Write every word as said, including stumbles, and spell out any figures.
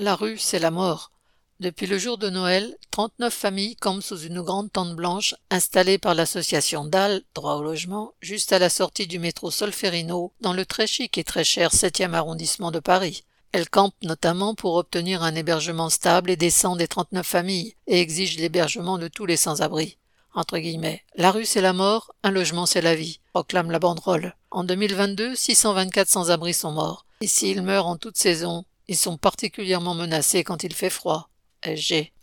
La rue, c'est la mort. Depuis le jour de Noël, trente-neuf familles campent sous une grande tente blanche installée par l'association D A L, Droit au logement, juste à la sortie du métro Solferino, dans le très chic et très cher septième arrondissement de Paris. Elles campent notamment pour obtenir un hébergement stable et décent des trente-neuf familles et exigent l'hébergement de tous les sans-abri. Entre guillemets, la rue c'est la mort, un logement c'est la vie, proclame la banderole. En deux mille vingt-deux, six cent vingt-quatre sans-abri sont morts. Et s'ils meurent en toute saison, ils sont particulièrement menacés quand il fait froid. S G